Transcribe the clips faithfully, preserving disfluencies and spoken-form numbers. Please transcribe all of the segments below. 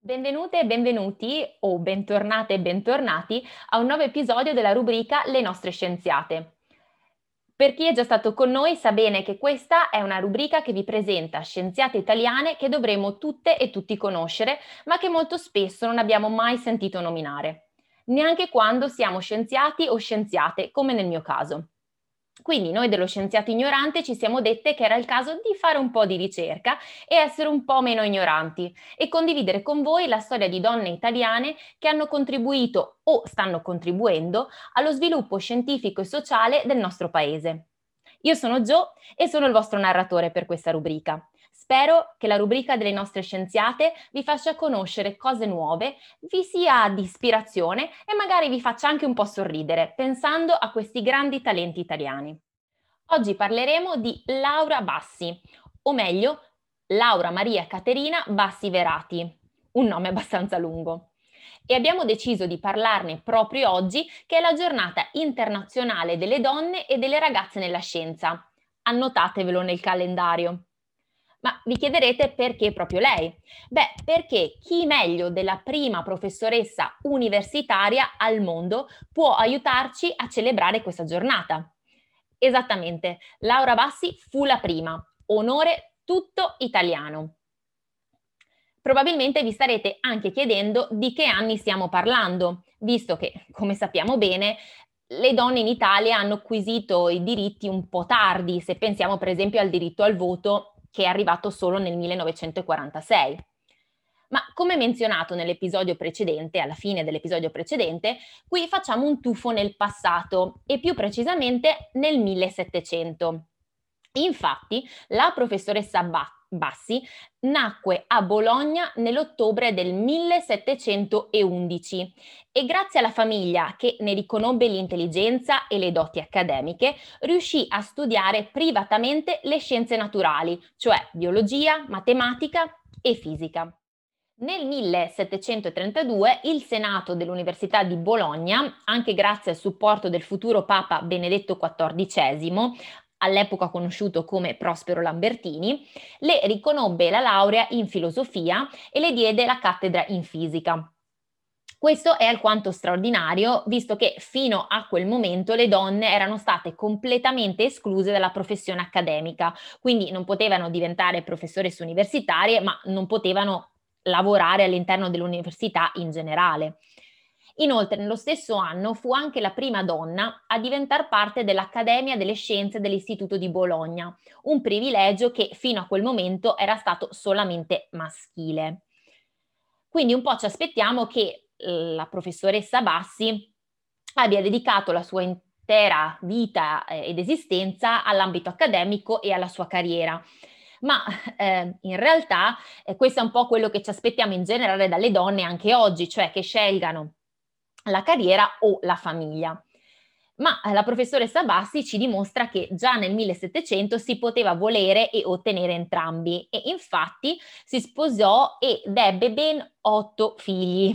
Benvenute e benvenuti, o bentornate e bentornati, a un nuovo episodio della rubrica Le nostre scienziate. Per chi è già stato con noi sa bene che questa è una rubrica che vi presenta scienziate italiane che dovremo tutte e tutti conoscere, ma che molto spesso non abbiamo mai sentito nominare, neanche quando siamo scienziati o scienziate, come nel mio caso. Quindi noi dello Scienziato Ignorante ci siamo dette che era il caso di fare un po' di ricerca e essere un po' meno ignoranti e condividere con voi la storia di donne italiane che hanno contribuito o stanno contribuendo allo sviluppo scientifico e sociale del nostro paese. Io sono Gio e sono il vostro narratore per questa rubrica. Spero che la rubrica delle nostre scienziate vi faccia conoscere cose nuove, vi sia di ispirazione e magari vi faccia anche un po' sorridere pensando a questi grandi talenti italiani. Oggi parleremo di Laura Bassi, o meglio Laura Maria Caterina Bassi Verati, un nome abbastanza lungo. E abbiamo deciso di parlarne proprio oggi, che è la giornata internazionale delle donne e delle ragazze nella scienza. Annotatevelo nel calendario. Ma vi chiederete perché proprio lei? Beh, perché chi meglio della prima professoressa universitaria al mondo può aiutarci a celebrare questa giornata? Esattamente, Laura Bassi fu la prima, onore tutto italiano. Probabilmente vi starete anche chiedendo di che anni stiamo parlando, visto che, come sappiamo bene, le donne in Italia hanno acquisito i diritti un po' tardi, se pensiamo per esempio al diritto al voto che è arrivato solo nel millenovecentoquarantasei. Ma come menzionato nell'episodio precedente, alla fine dell'episodio precedente, qui facciamo un tuffo nel passato e più precisamente nel millesettecento. Infatti, la professoressa Bassi nacque a Bologna nell'ottobre del millesettecentoundici e grazie alla famiglia che ne riconobbe l'intelligenza e le doti accademiche, riuscì a studiare privatamente le scienze naturali, cioè biologia, matematica e fisica. Nel millesettecentotrentadue il Senato dell'Università di Bologna, anche grazie al supporto del futuro Papa Benedetto quattordicesimo, all'epoca conosciuto come Prospero Lambertini, le riconobbe la laurea in filosofia e le diede la cattedra in fisica. Questo è alquanto straordinario, visto che fino a quel momento le donne erano state completamente escluse dalla professione accademica, quindi non potevano diventare professoresse universitarie, ma non potevano lavorare all'interno dell'università in generale. Inoltre, nello stesso anno fu anche la prima donna a diventare parte dell'Accademia delle Scienze dell'Istituto di Bologna, un privilegio che fino a quel momento era stato solamente maschile. Quindi un po' ci aspettiamo che la professoressa Bassi abbia dedicato la sua intera vita eh, ed esistenza all'ambito accademico e alla sua carriera. Ma eh, in realtà eh, questo è un po' quello che ci aspettiamo in generale dalle donne anche oggi, cioè che scelgano la carriera o la famiglia. Ma eh, la professoressa Bassi ci dimostra che già nel millesettecento si poteva volere e ottenere entrambi e infatti si sposò ed ebbe ben otto figli.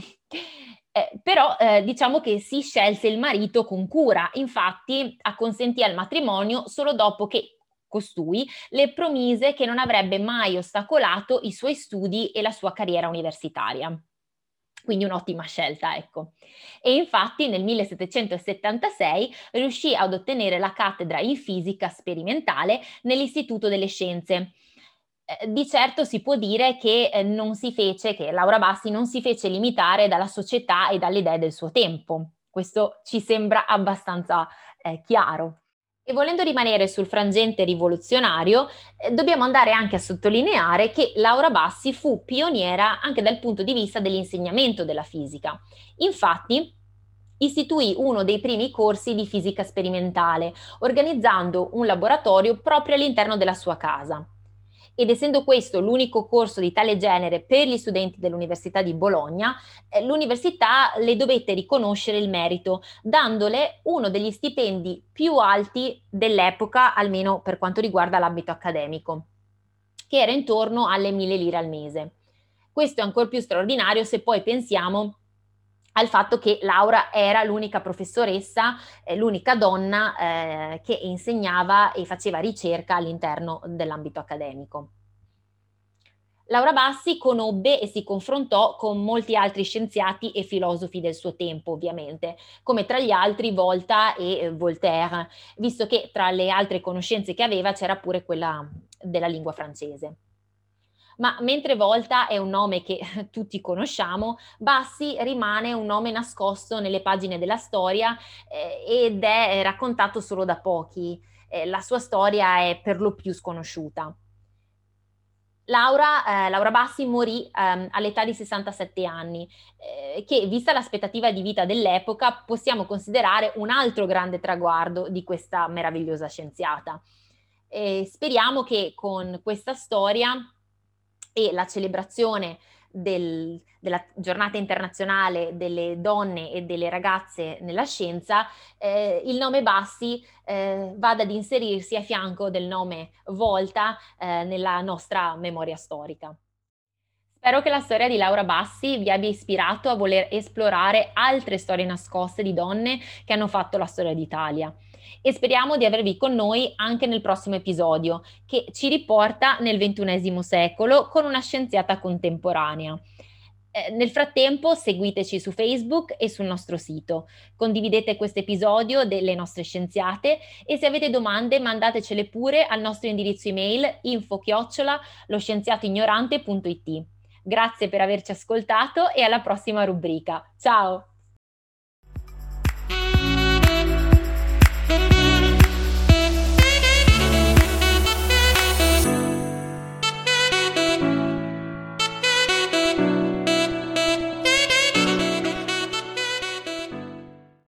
Eh, però eh, diciamo che si scelse il marito con cura, infatti acconsentì al matrimonio solo dopo che costui le promise che non avrebbe mai ostacolato i suoi studi e la sua carriera universitaria. Quindi un'ottima scelta, ecco. E infatti nel millesettecentosettantasei riuscì ad ottenere la cattedra in fisica sperimentale nell'Istituto delle Scienze. Eh, di certo si può dire che eh, non si fece, che Laura Bassi non si fece limitare dalla società e dalle idee del suo tempo. Questo ci sembra abbastanza eh, chiaro. E volendo rimanere sul frangente rivoluzionario, eh, dobbiamo andare anche a sottolineare che Laura Bassi fu pioniera anche dal punto di vista dell'insegnamento della fisica. Infatti, istituì uno dei primi corsi di fisica sperimentale, organizzando un laboratorio proprio all'interno della sua casa. Ed essendo questo l'unico corso di tale genere per gli studenti dell'Università di Bologna, eh, l'università le dovette riconoscere il merito, dandole uno degli stipendi più alti dell'epoca, almeno per quanto riguarda l'ambito accademico, che era intorno alle mille lire al mese. Questo è ancora più straordinario se poi pensiamo al fatto che Laura era l'unica professoressa, eh, l'unica donna eh, che insegnava e faceva ricerca all'interno dell'ambito accademico. Laura Bassi conobbe e si confrontò con molti altri scienziati e filosofi del suo tempo, ovviamente, come tra gli altri Volta e eh, Voltaire, visto che tra le altre conoscenze che aveva c'era pure quella della lingua francese. Ma mentre Volta è un nome che tutti conosciamo, Bassi rimane un nome nascosto nelle pagine della storia eh, ed è raccontato solo da pochi. Eh, la sua storia è per lo più sconosciuta. Laura, eh, Laura Bassi morì ehm, all'età di sessantasette anni, eh, che vista l'aspettativa di vita dell'epoca possiamo considerare un altro grande traguardo di questa meravigliosa scienziata. E speriamo che con questa storia e la celebrazione del, della giornata internazionale delle donne e delle ragazze nella scienza, eh, il nome Bassi eh, vada ad inserirsi a fianco del nome Volta eh, nella nostra memoria storica. Spero che la storia di Laura Bassi vi abbia ispirato a voler esplorare altre storie nascoste di donne che hanno fatto la storia d'Italia. E speriamo di avervi con noi anche nel prossimo episodio, che ci riporta nel ventunesimo secolo con una scienziata contemporanea. Eh, nel frattempo seguiteci su Facebook e sul nostro sito, condividete questo episodio delle nostre scienziate e se avete domande mandatecele pure al nostro indirizzo email info chiocciola lo scienziato ignorante punto it. Grazie per averci ascoltato e alla prossima rubrica. Ciao!